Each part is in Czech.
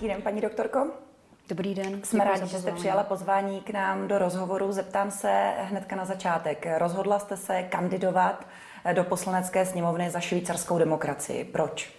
Hezký den, paní doktorko. Dobrý den. Jsme rádi, že jste přijala pozvání k nám do rozhovoru. Zeptám se hnedka na začátek. Rozhodla jste se kandidovat do Poslanecké sněmovny za švýcarskou demokracii. Proč?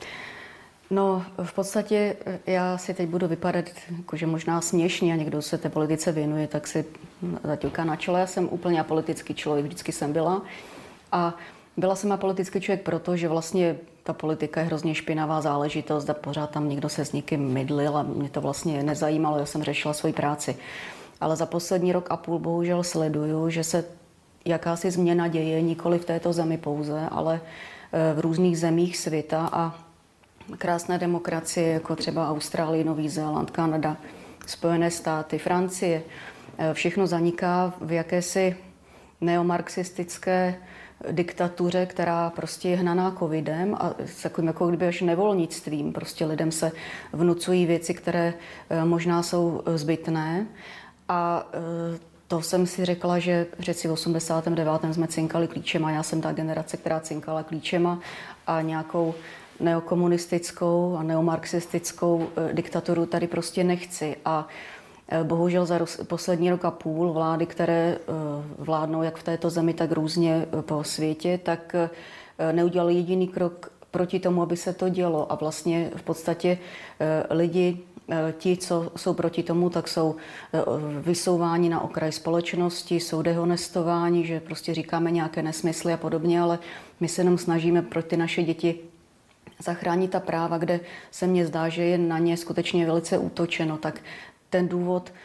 No, v podstatě já si teď budu vypadat jakože možná směšně a někdo se té politice věnuje, tak si zaťuká na čele. Já jsem úplně apolitický člověk, vždycky jsem byla. A byla jsem apolitický člověk proto, že vlastně ta politika je hrozně špinavá záležitost a pořád tam někdo se s někým mydlil a mě to vlastně nezajímalo, já jsem řešila svoji práci. Ale za poslední rok a půl bohužel sleduju, že se jakási změna děje nikoli v této zemi pouze, ale v různých zemích světa a krásné demokracie, jako třeba Austrálie, Nový Zéland, Kanada, Spojené státy, Francie, všechno zaniká v jakési neomarxistické diktatuře, která prostě je hnaná covidem a s takovým jako kdyby až nevolnictvím. Prostě lidem se vnucují věci, které možná jsou zbytné. A to jsem si řekla, že přeci v 89. jsme cinkali klíčema. Já jsem ta generace, která cinkala klíčema a nějakou neokomunistickou a neomarxistickou diktaturu tady prostě nechci. A bohužel za poslední rok a půl vlády, které vládnou jak v této zemi, tak různě po světě, tak neudělali jediný krok proti tomu, aby se to dělo. A vlastně v podstatě lidi, ti, co jsou proti tomu, tak jsou vysouváni na okraj společnosti, jsou dehonestováni, že prostě říkáme nějaké nesmysly a podobně, ale my se jenom snažíme pro ty naše děti zachránit ta práva, kde se mně zdá, že je na ně skutečně velice útočeno. Tak ten důvod,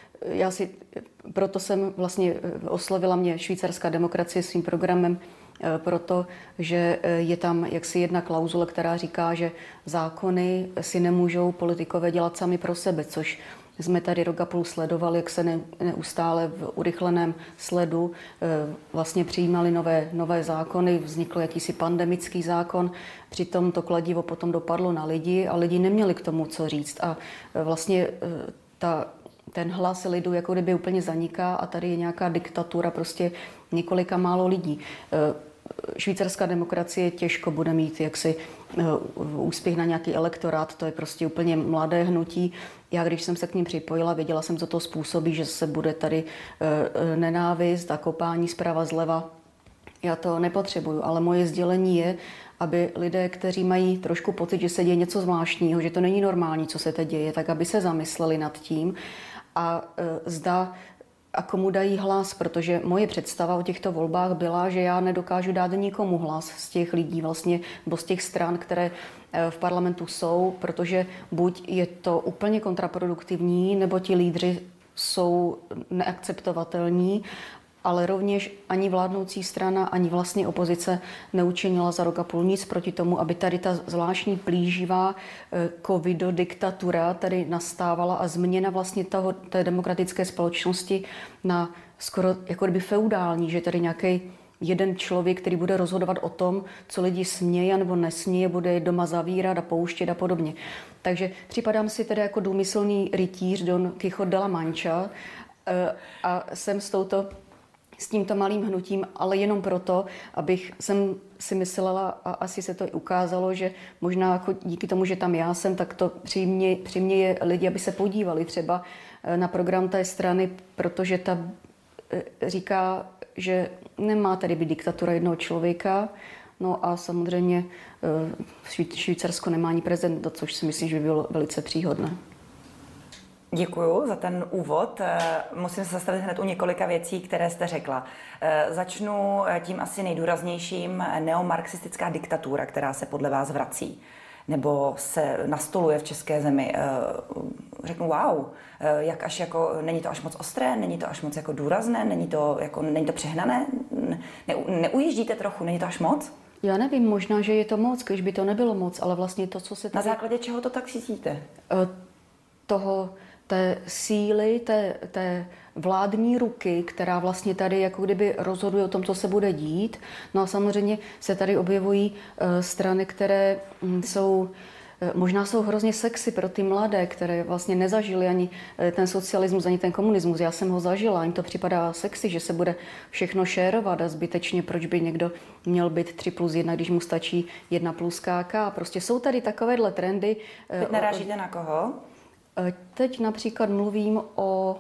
proto jsem vlastně oslovila mě švýcarská demokracie svým programem, protože je tam jaksi jedna klauzule, která říká, že zákony si nemůžou politikové dělat sami pro sebe, což jsme tady rok a půl sledovali, jak se neustále v urychleném sledu vlastně přijímali nové zákony, vznikl jakýsi pandemický zákon, přitom to kladivo potom dopadlo na lidi a lidi neměli k tomu co říct a vlastně ten hlas lidu jako kdyby úplně zaniká a tady je nějaká diktatura prostě několika málo lidí. Švýcarská demokracie těžko bude mít jaksi úspěch na nějaký elektorát, to je prostě úplně mladé hnutí. Já, když jsem se k ním připojila, věděla jsem, co to způsobí, že se bude tady nenávist a kopání zprava zleva. Já to nepotřebuju, ale moje sdělení je, aby lidé, kteří mají trošku pocit, že se děje něco zvláštního, že to není normální, co se teď děje, tak aby se zamysleli nad tím a zda a komu dají hlas, protože moje představa o těchto volbách byla, že já nedokážu dát nikomu hlas z těch lidí vlastně, nebo z těch stran, které v parlamentu jsou, protože buď je to úplně kontraproduktivní, nebo ti lídři jsou neakceptovatelní, ale rovněž ani vládnoucí strana, ani vlastně opozice neučinila za rok a půl nic proti tomu, aby tady ta zvláštní plíživá covidodiktatura tady nastávala a změna vlastně té demokratické společnosti na skoro jako kdyby feudální, že tady nějaký jeden člověk, který bude rozhodovat o tom, co lidi směje nebo nesměje, bude je doma zavírat a pouštět a podobně. Takže připadám si tedy jako důmyslný rytíř Don Quixote de la Mancha a jsem s tímto malým hnutím, ale jenom proto, jsem si myslela a asi se to i ukázalo, že možná jako díky tomu, že tam já jsem, tak to přiměje lidi, aby se podívali třeba na program té strany, protože ta říká, že nemá tady být diktatura jednoho člověka, no a samozřejmě Švýcarsko nemá ani prezidenta, což si myslím, že by bylo velice příhodné. Děkuju za ten úvod. Musím se zastavit hned u několika věcí, které jste řekla. Začnu tím asi nejdůraznějším, neomarxistická diktatura, která se podle vás vrací nebo se nastoluje v české zemi. Řeknu wow, jak až jako, není to až moc ostré, není to až moc jako důrazné, není to přehnané, neujíždíte trochu, není to až moc? Já nevím, možná, že je to moc, když by to nebylo moc, ale vlastně to, co se tady... Na základě čeho to tak cítíte? Té síly, té vládní ruky, která vlastně tady jako kdyby rozhoduje o tom, co se bude dít. No a samozřejmě se tady objevují strany, které možná jsou hrozně sexy pro ty mladé, které vlastně nezažili ani ten socialismus, ani ten komunismus. Já jsem ho zažila, jim to připadá sexy, že se bude všechno šérovat a zbytečně, proč by někdo měl být 3+1, když mu stačí 1+KK. Prostě jsou tady takovéhle trendy. Teď narážíte na koho? Teď například mluvím o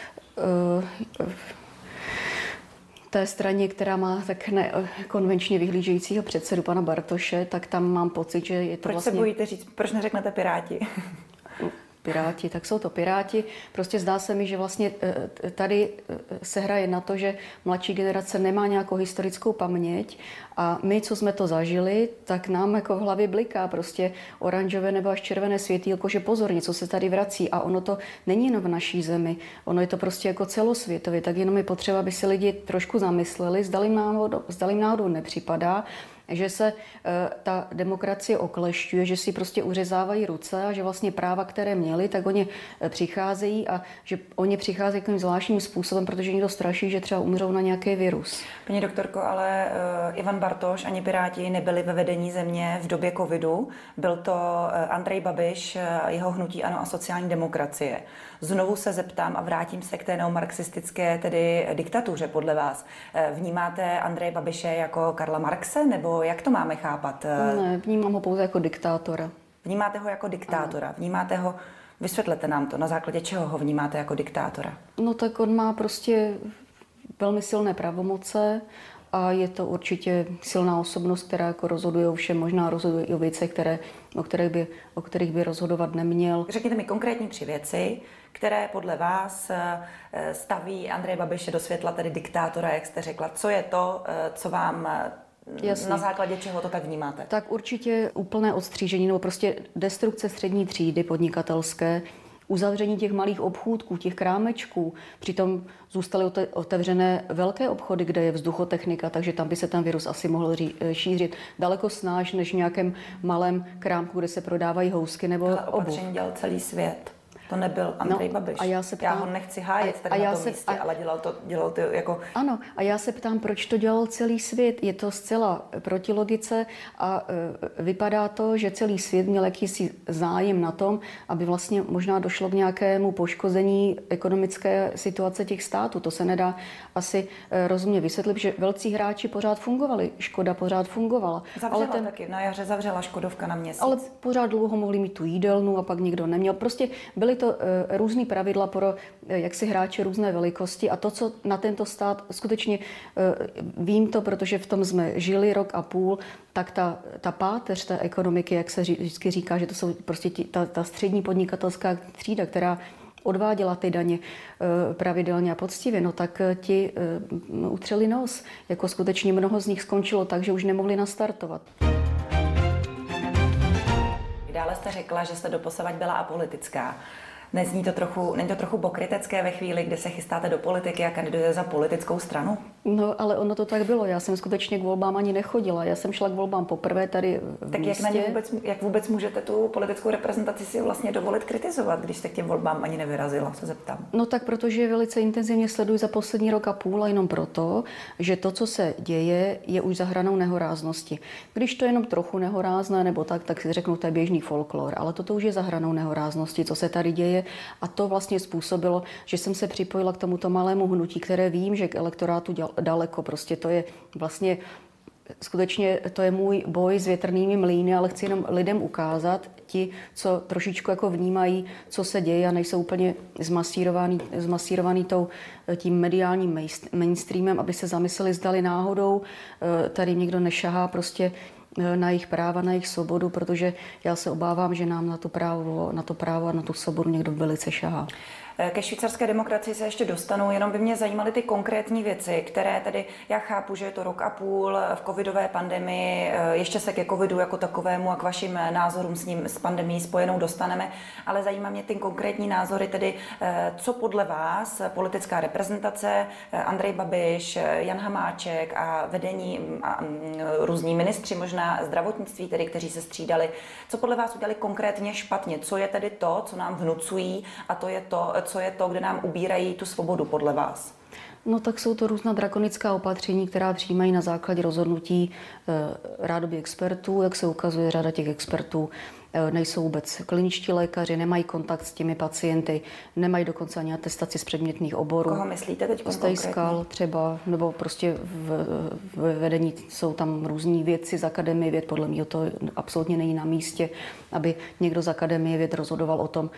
té straně, která má tak konvenčně vyhlížejícího předsedu pana Bartoše, tak tam mám pocit, že je to proč vlastně... se bojíte říct, proč neřeknete Piráti? Piráti, tak jsou to Piráti. Prostě zdá se mi, že vlastně tady se hraje na to, že mladší generace nemá nějakou historickou paměť a my, co jsme to zažili, tak nám jako v hlavě bliká prostě oranžové nebo až červené světýlko, že pozor, něco se tady vrací a ono to není jenom v naší zemi, ono je to prostě jako celosvětově, tak jenom je potřeba, aby si lidi trošku zamysleli, zdali jim náhodou nepřipadá, že se ta demokracie oklešťuje, že si prostě uřezávají ruce a že vlastně práva, které měli, tak oni přicházejí a že oni přicházejí takovým zvláštním způsobem, protože někdo straší, že třeba umřou na nějaký virus. Paní doktorko, ale Ivan Bartoš ani Piráti nebyli ve vedení země v době covidu. Byl to Andrej Babiš, jeho hnutí ANO a sociální demokracie. Znovu se zeptám a vrátím se k té neomarxistické, tedy diktatuře podle vás. Vnímáte Andreje Babiše jako Karla Marxe, nebo jak to máme chápat? Ne, vnímám ho pouze jako diktátora. Vnímáte ho jako diktátora? Ano. Vnímáte ho, vysvětlete nám to, na základě čeho ho vnímáte jako diktátora? No tak on má prostě velmi silné pravomoce a je to určitě silná osobnost, která jako rozhoduje o všem, možná rozhoduje i o věcech, o kterých by rozhodovat neměl. Řekněte mi konkrétní 3 věci, které podle vás staví Andreje Babiše do světla, tedy diktátora, jak jste řekla. Co je to, co vám... Jasně. Na základě čeho to tak vnímáte? Tak určitě úplné odstřížení nebo prostě destrukce střední třídy podnikatelské, uzavření těch malých obchůdků, těch krámečků. Přitom zůstaly otevřené velké obchody, kde je vzduchotechnika, takže tam by se ten virus asi mohl šířit daleko snáž než v nějakém malém krámku, kde se prodávají housky nebo obuv. Ale opatření dělal celý svět. To nebyl Andrej Babiš. A já ho nechci hájit tady na tom místě, ale dělal to jako... Ano, a já se ptám, proč to dělal celý svět. Je to zcela proti logice a vypadá to, že celý svět měl jakýsi zájem na tom, aby vlastně možná došlo k nějakému poškození ekonomické situace těch států. To se nedá asi rozumně vysvětlit, že velcí hráči pořád fungovali, Škoda pořád fungovala. Taky, na jaře zavřela Škodovka na měsíc. Ale pořád dlouho mohli mít tu jídelnu a pak nikdo neměl. Prostě byly to různý pravidla pro jaksi hráče různé velikosti a to, co na tento stát skutečně vím to, protože v tom jsme žili rok a půl, tak ta páteř té ekonomiky, jak se vždycky říká, že to jsou prostě ta střední podnikatelská třída, která odváděla ty daně pravidelně a poctivě, no tak ti utřeli nos. Jako skutečně mnoho z nich skončilo tak, že už nemohli nastartovat. Dále jste řekla, že jste doposavad byla apolitická. Není to trochu pokrytecké ve chvíli, kdy se chystáte do politiky a kandidujete za politickou stranu? No, ale ono to tak bylo. Já jsem skutečně k volbám ani nechodila. Já jsem šla k volbám poprvé tady v místě. Tak jak vůbec můžete tu politickou reprezentaci si vlastně dovolit kritizovat, když jste k těm volbám ani nevyrazila, se zeptám? No tak, protože velice intenzivně sleduji za poslední rok a půl a jenom proto, že to, co se děje, je už za hranou nehoráznosti. Když to je jenom trochu nehorázné nebo tak si řeknu, to je běžný folklor, ale toto už je za hranou nehoráznosti, co se tady děje. A to vlastně způsobilo, že jsem se připojila k tomuto malému hnutí, které vím, že k elektorátu daleko. Prostě to je vlastně skutečně to je můj boj s větrnými mlýny, ale chci jenom lidem ukázat, ti, co trošičku jako vnímají, co se děje a nejsou úplně zmasírovaný tím mediálním mainstreamem, aby se zamysleli, zdali náhodou tady někdo nešahá prostě na jejich práva, na jejich svobodu, protože já se obávám, že nám na to právo a na tu svobodu někdo velice šahá. Ke švýcarské demokracii se ještě dostanu, jenom by mě zajímaly ty konkrétní věci, které tedy, já chápu, že je to rok a půl v covidové pandemii, ještě se ke covidu jako takovému a k vašim názorům s pandemií spojenou dostaneme, ale zajímá mě ty konkrétní názory, tedy co podle vás politická reprezentace, Andrej Babiš, Jan Hamáček a vedení a různí ministři, možná zdravotnictví, tedy, kteří se střídali, co podle vás udělali konkrétně špatně, co je tedy to, co nám vnucují a to je to, co je to, kde nám ubírají tu svobodu podle vás? No tak jsou to různá drakonická opatření, která přijímají na základě rozhodnutí rádoby expertů. Jak se ukazuje, řada těch expertů nejsou vůbec kliničtí lékaři, nemají kontakt s těmi pacienty, nemají dokonce ani atestaci z předmětných oborů. Koho myslíte teď konkrétně? Třeba, nebo prostě v vedení jsou tam různí vědci z Akademie věd, podle mě to absolutně není na místě, aby někdo z Akademie věd rozhodoval o tom,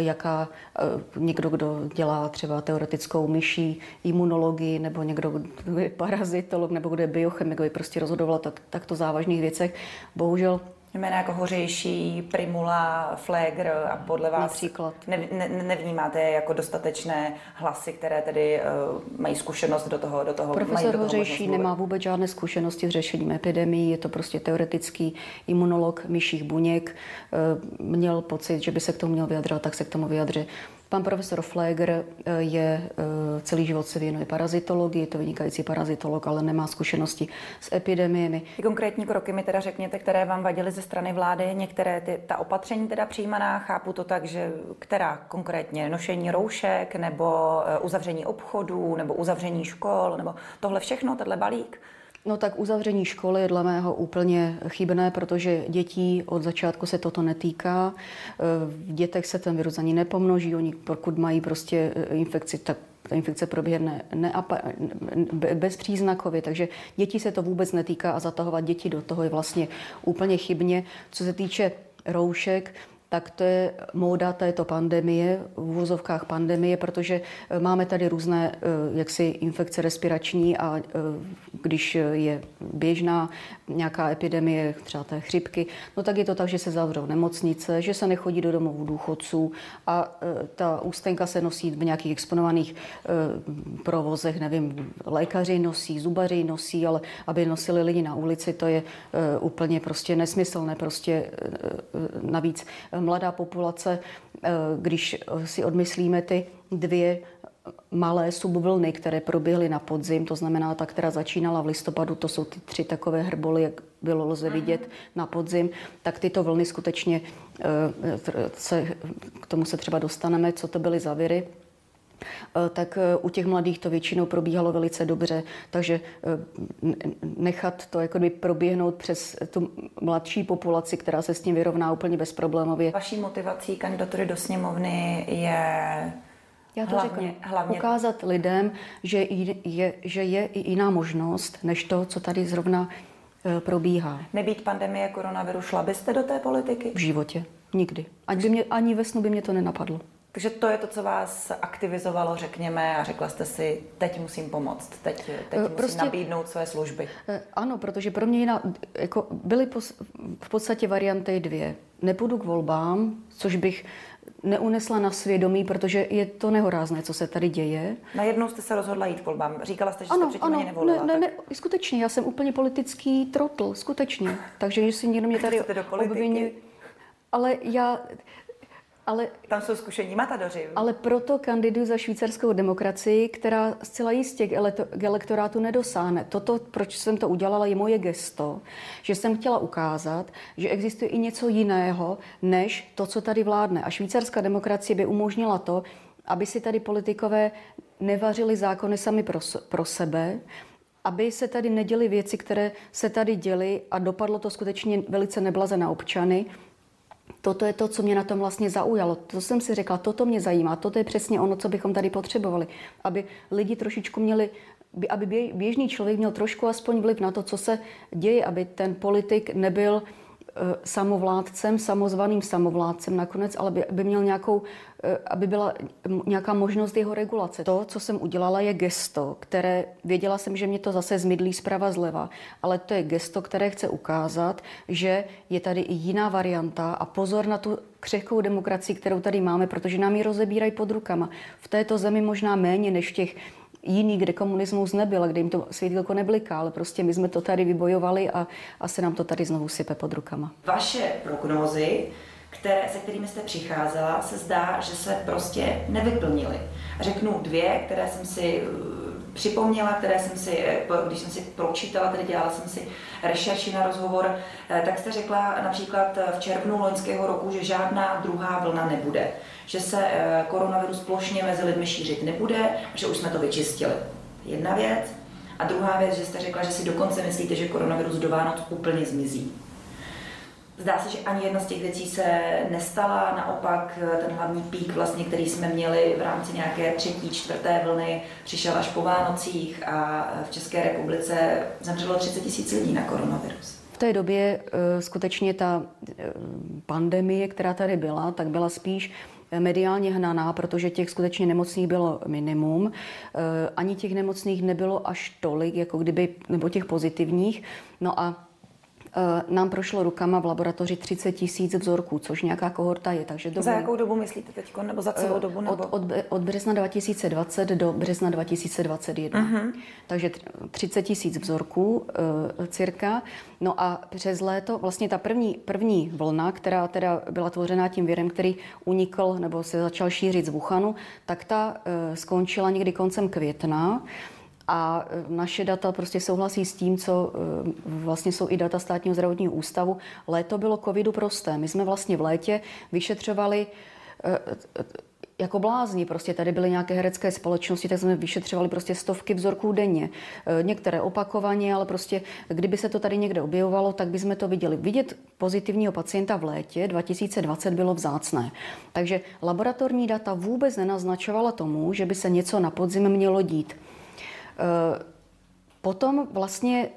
někdo, kdo dělá třeba teoretickou myší imunologii, nebo někdo, kdo je parazitolog, nebo kdo je biochemik, by prostě rozhodoval o takto závažných věcech. Bohužel jména jako Hořejší, Primula, Pfleger a podle vás například nevnímáte jako dostatečné hlasy, které tedy mají zkušenost do toho Profesor Hořejší nemá vůbec žádné zkušenosti s řešením epidemií, je to prostě teoretický imunolog myších buněk. Měl pocit, že by se k tomu měl vyjadřovat, tak se k tomu vyjadří. Pan profesor Pfleger celý život se věnuje parazitologii, je to vynikající parazitolog, ale nemá zkušenosti s epidemiemi. Ty konkrétní kroky mi teda řekněte, které vám vadily ze strany vlády, některé ta opatření teda přijímaná, chápu to tak, že která konkrétně nošení roušek, nebo uzavření obchodů, nebo uzavření škol, nebo tohle všechno, tenhle balík? No tak uzavření školy je dle mého úplně chybné, protože dětí od začátku se toto netýká. V dětech se ten virus ani nepomnoží, oni pokud mají prostě infekci, tak ta infekce proběhne bezpříznakově, takže dětí se to vůbec netýká a zatahovat děti do toho je vlastně úplně chybně. Co se týče roušek, tak to je móda této pandemie, v uvozovkách pandemie, protože máme tady různé jaksi infekce respirační a když je běžná nějaká epidemie, třeba té chřipky, no tak je to tak, že se zavřou nemocnice, že se nechodí do domovů důchodců a ta ústenka se nosí v nějakých exponovaných provozech, nevím, lékaři nosí, zubaři nosí, ale aby nosili lidi na ulici, to je úplně prostě nesmyslné, prostě navíc mladá populace, když si odmyslíme ty dvě malé subvlny, které proběhly na podzim, to znamená ta, která začínala v listopadu, to jsou ty 3 takové hrboly, jak bylo lze vidět na podzim, tak tyto vlny skutečně, k tomu se třeba dostaneme, co to byly za viry, tak u těch mladých to většinou probíhalo velice dobře, takže nechat to jakoby proběhnout přes tu mladší populaci, která se s tím vyrovná úplně bezproblémově. Vaší motivací kandidatury do sněmovny je hlavně ukázat lidem, že je i jiná možnost, než to, co tady zrovna probíhá. Nebýt pandemie koronaviru, šla byste do té politiky? V životě. Nikdy. Ani ve snu by mě to nenapadlo. Takže to je to, co vás aktivizovalo, řekněme, a řekla jste si, teď musím pomoct, teď musím nabídnout své služby. Ano, protože pro mě byly v podstatě varianty 2. Nepůjdu k volbám, což bych neunesla na svědomí, protože je to nehorázné, co se tady děje. Najednou jste se rozhodla jít k volbám. Říkala jste, že jste předtím ani nevolila. Ne, skutečně, já jsem úplně politický trotl, skutečně. Takže když si někdo mě tady obviní, ale tam jsou zkušení matadoři. Ale proto kandiduji za švýcarskou demokracii, která zcela jistě k elektorátu nedosáhne. Toto, proč jsem to udělala, je moje gesto, že jsem chtěla ukázat, že existuje i něco jiného, než to, co tady vládne. A švýcarská demokracie by umožnila to, aby si tady politikové nevařili zákony sami pro sebe, aby se tady neděly věci, které se tady děly a dopadlo to skutečně velice neblaze na občany. Toto je to, co mě na tom vlastně zaujalo. To jsem si řekla, toto mě zajímá, toto je přesně ono, co bychom tady potřebovali. Aby lidi trošičku měli, aby běžný člověk měl trošku aspoň vliv na to, co se děje, aby ten politik nebyl samovládcem, samozvaným samovládcem nakonec, ale aby byla nějaká možnost jeho regulace. To, co jsem udělala, je gesto, které věděla jsem, že mě to zase zmydlí zprava zleva, ale to je gesto, které chce ukázat, že je tady i jiná varianta a pozor na tu křehkou demokracii, kterou tady máme, protože nám ji rozebírají pod rukama. V této zemi možná méně než v těch jiný, kde komunismus nebyl, kde jim to světýlko nebliká, ale prostě my jsme to tady vybojovali a se nám to tady znovu sype pod rukama. Vaše prognózy, se kterými jste přicházela, se zdá, že se prostě nevyplnily. Řeknu 2, které jsem si připomněla, které jsem si, když jsem si pročítala, tedy dělala jsem si rešerši na rozhovor, tak jste řekla například v červnu loňského roku, že žádná druhá vlna nebude. Že se koronavirus plošně mezi lidmi šířit nebude, že už jsme to vyčistili. Jedna věc. A druhá věc, že jste řekla, že si dokonce myslíte, že koronavirus do Vánoc úplně zmizí. Zdá se, že ani jedna z těch věcí se nestala, naopak ten hlavní pík, vlastně, který jsme měli v rámci nějaké 3., 4. vlny, přišel až po Vánocích a v České republice zemřelo 30 000 lidí na koronavirus. V té době skutečně ta pandemie, která tady byla, tak byla spíš mediálně hnaná, protože těch skutečně nemocných bylo minimum. Ani těch nemocných nebylo až tolik, jako kdyby, nebo těch pozitivních. No a nám prošlo rukama v laboratoři 30 000 vzorků, což nějaká kohorta je. Takže za jakou dobu myslíte teď? Nebo za celou dobu? Nebo? Od března 2020 do března 2021. Takže 30 000 vzorků cirka. No a přes léto vlastně ta první vlna, která teda byla tvořená tím virem, který unikl nebo se začal šířit z Wuhanu, tak ta skončila někdy koncem května. A naše data prostě souhlasí s tím, co vlastně jsou i data Státního zdravotního ústavu. Léto bylo covidu prosté. My jsme vlastně v létě vyšetřovali jako blázni. Prostě tady byly nějaké herecké společnosti, tak jsme vyšetřovali prostě stovky vzorků denně. Některé opakovaně, ale prostě kdyby se to tady někde objevovalo, tak bychom to viděli. Vidět pozitivního pacienta v létě 2020 bylo vzácné. Takže laboratorní data vůbec nenaznačovala tomu, že by se něco na podzim mělo dít. Potom vlastně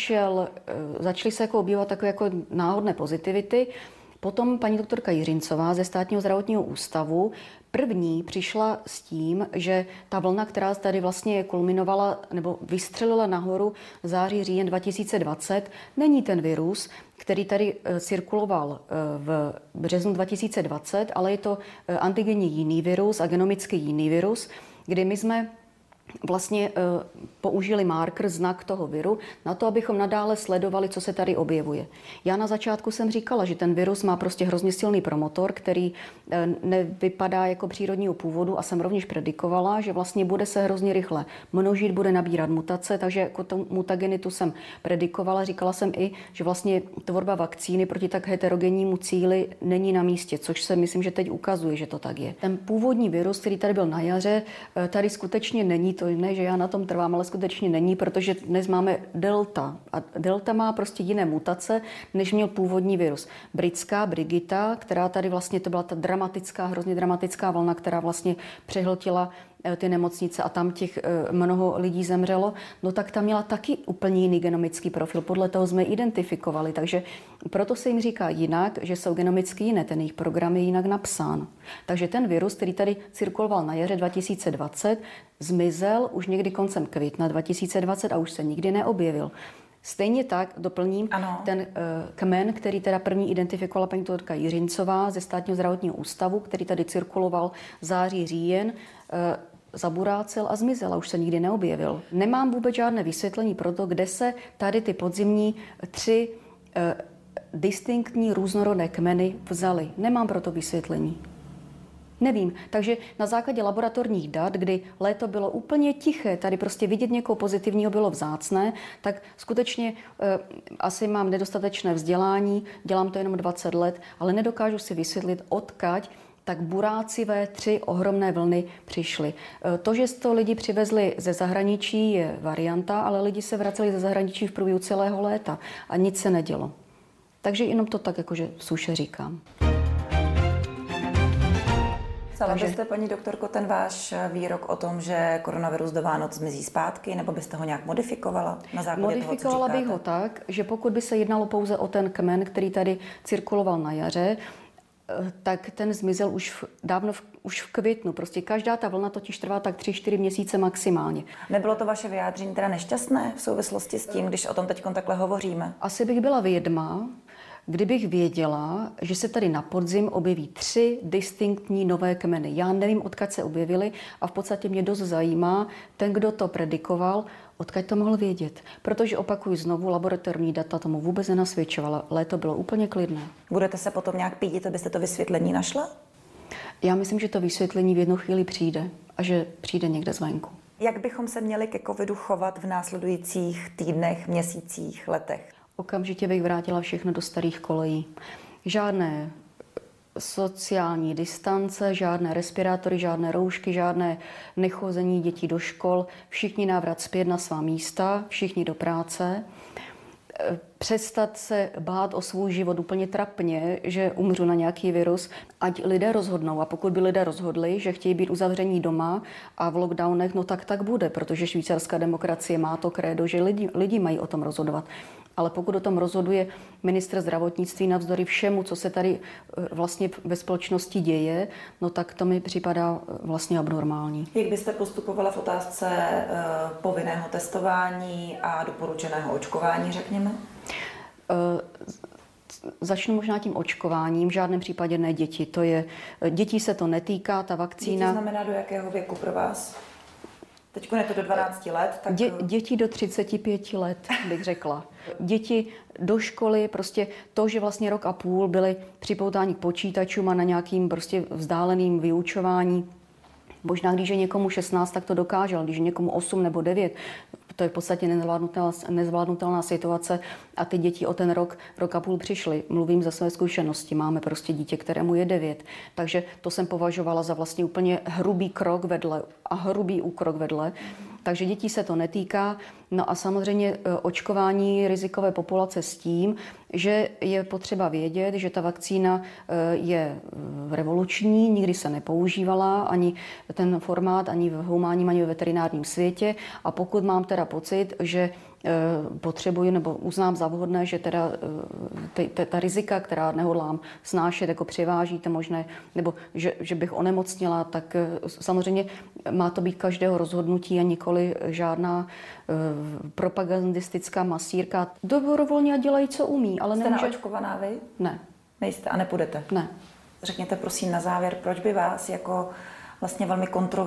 začaly se jako objevovat takové jako náhodné pozitivity. Potom paní doktorka Jiřincová ze Státního zdravotního ústavu první přišla s tím, že ta vlna, která tady vlastně kulminovala nebo vystřelila nahoru září, říjen 2020, není ten virus, který tady cirkuloval v březnu 2020, ale je to antigenní jiný virus a genomicky jiný virus, kdy my jsme vlastně použili marker, znak toho viru, na to, abychom nadále sledovali, co se tady objevuje. Já na začátku jsem říkala, že ten virus má prostě hrozně silný promotor, který nevypadá jako přírodního původu a jsem rovněž predikovala, že vlastně bude se hrozně rychle množit, bude nabírat mutace, takže jako tu mutagenitu jsem predikovala. Říkala jsem i, že vlastně tvorba vakcíny proti tak heterogennímu cíli není na místě, což se myslím, že teď ukazuje, že to tak je. Ten původní virus, který tady byl na jaře, tady skutečně není. To ne, že já na tom trvám, ale skutečně není, protože dnes máme delta. A delta má prostě jiné mutace, než měl původní virus. Britská Brigitta, která tady vlastně, to byla ta hrozně dramatická vlna, která vlastně přehltila ty nemocnice a tam těch mnoho lidí zemřelo, no tak tam měla taky úplně jiný genomický profil. Podle toho jsme identifikovali, takže proto se jim říká jinak, že jsou genomicky jiné, ten jejich program je jinak napsán. Takže ten virus, který tady cirkuloval na jaře 2020, zmizel už někdy koncem května 2020 a už se nikdy neobjevil. Stejně tak doplním ten kmen, který teda první identifikovala paní doktorka Jiřincová ze Státního zdravotního ústavu, který tady cirkuloval září, říjen, zaburácel a zmizel a už se nikdy neobjevil. Nemám vůbec žádné vysvětlení pro to, kde se tady ty podzimní 3 distinktní různorodé kmeny vzaly. Nemám pro to vysvětlení. Nevím. Takže na základě laboratorních dat, kdy léto bylo úplně tiché, tady prostě vidět někoho pozitivního bylo vzácné, tak skutečně asi mám nedostatečné vzdělání, dělám to jenom 20 let, ale nedokážu si vysvětlit, odkud tak burácivé 3 ohromné vlny přišly. To, že to lidi přivezli ze zahraničí, je varianta, ale lidi se vraceli ze zahraničí v průběhu celého léta a nic se nedělo. Takže jenom to tak jakože v suše říkám. Psala byste, paní doktorko, ten váš výrok o tom, že koronavirus do Vánoc zmizí zpátky, nebo byste ho nějak modifikovala na základě Modifikovala toho, co bych ho tak, že pokud by se jednalo pouze o ten kmen, který tady cirkuloval na jaře, tak ten zmizel už v květnu. Prostě každá ta vlna totiž trvá tak 3-4 měsíce maximálně. Nebylo to vaše vyjádření teda nešťastné v souvislosti s tím, když o tom teď takhle hovoříme? Asi bych byla vědma, kdybych věděla, že se tady na podzim objeví 3 distinktní nové kmeny. Já nevím, odkud se objevily a v podstatě mě dost zajímá ten, kdo to predikoval, odkud to mohl vědět. Protože opakuju znovu, laboratorní data tomu vůbec nenasvědčovala. Léto bylo úplně klidné. Budete se potom nějak pídit, abyste to vysvětlení našla? Já myslím, že to vysvětlení v jednu chvíli přijde a že přijde někde zvenku. Jak bychom se měli ke covidu chovat v následujících týdnech, měsících, letech? Okamžitě bych vrátila všechno do starých kolejí. Žádné sociální distance, žádné respirátory, žádné roušky, žádné nechození dětí do škol, všichni návrat zpět na svá místa, všichni do práce. přestat se bát o svůj život úplně trapně, že umřu na nějaký virus, ať lidé rozhodnou. A pokud by lidé rozhodli, že chtějí být uzavření doma a v lockdownech, no tak bude, protože švýcarská demokracie má to krédo, že lidi mají o tom rozhodovat. Ale pokud o tom rozhoduje ministr zdravotnictví navzdory všemu, co se tady vlastně ve společnosti děje, no tak to mi připadá vlastně abnormální. Jak byste postupovala v otázce povinného testování a doporučeného očkování, řekněme? Začnu možná tím očkováním, v žádném případě ne děti. Dětí se to netýká, ta vakcína. Děti znamená do jakého věku pro vás? Teď je to do 12 let. Tak... Děti do 35 let, bych řekla. Děti do školy, prostě to, že vlastně rok a půl byly připoutáni k počítačům a na nějakým prostě vzdáleným vyučování. Možná, když je někomu 16, tak to dokáže, ale když je někomu 8 nebo 9, to je v podstatě nezvládnutelná situace a ty děti o ten rok a půl přišly. Mluvím ze své zkušenosti. Máme prostě dítě, kterému je 9. Takže to jsem považovala za vlastně úplně hrubý krok vedle a hrubý úkrok vedle. Takže dětí se to netýká. No a samozřejmě očkování rizikové populace s tím, že je potřeba vědět, že ta vakcína je revoluční, nikdy se nepoužívala, ani ten formát, ani v humánním, ani ve veterinárním světě. A pokud mám teda pocit, že potřebuji nebo uznám za vhodné, že teda ta rizika, která nehodlám snášet, jako převážíte možné, nebo že bych onemocnila, tak samozřejmě má to být každého rozhodnutí a nikoli žádná propagandistická masírka. Dobrovolně dělají, co umí, ale Jste naočkovaná vy? Ne. Nejste a nepůjdete? Ne. Řekněte prosím na závěr, proč by vás jako vlastně velmi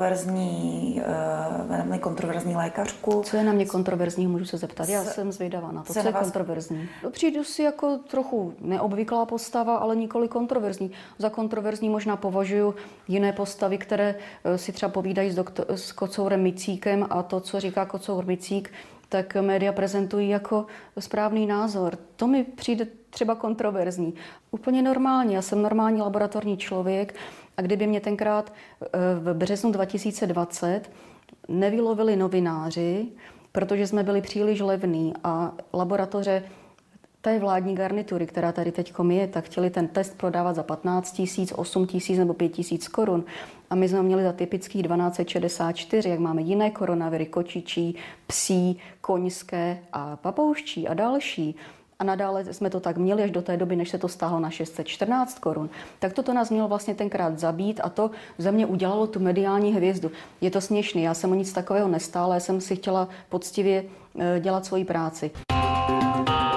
kontroverzní lékařku. Co je na mě kontroverzní, můžu se zeptat. Já jsem zvědavá na to, co je kontroverzní. Přijdu si jako trochu neobvyklá postava, ale nikoli kontroverzní. Za kontroverzní možná považuji jiné postavy, které si třeba povídají s Kocourem Micíkem a to, co říká Kocour Micík, tak média prezentují jako správný názor. To mi přijde třeba kontroverzní. Úplně normálně, já jsem normální laboratorní člověk a kdyby mě tenkrát v březnu 2020 nevylovili novináři, protože jsme byli příliš levní a laboratoře té vládní garnitury, která tady teď je, tak chtěli ten test prodávat za 15 000, 8 000 nebo 5 000 korun. A my jsme měli za typických 1264, jak máme jiné koronaviry, kočičí, psí, koňské a papouščí a další. A nadále jsme to tak měli až do té doby, než se to stáhlo na 614 korun. Tak toto nás mělo vlastně tenkrát zabít a to ze mě udělalo tu mediální hvězdu. Je to směšné, já jsem o nic takového nestála, já jsem si chtěla poctivě dělat svoji práci.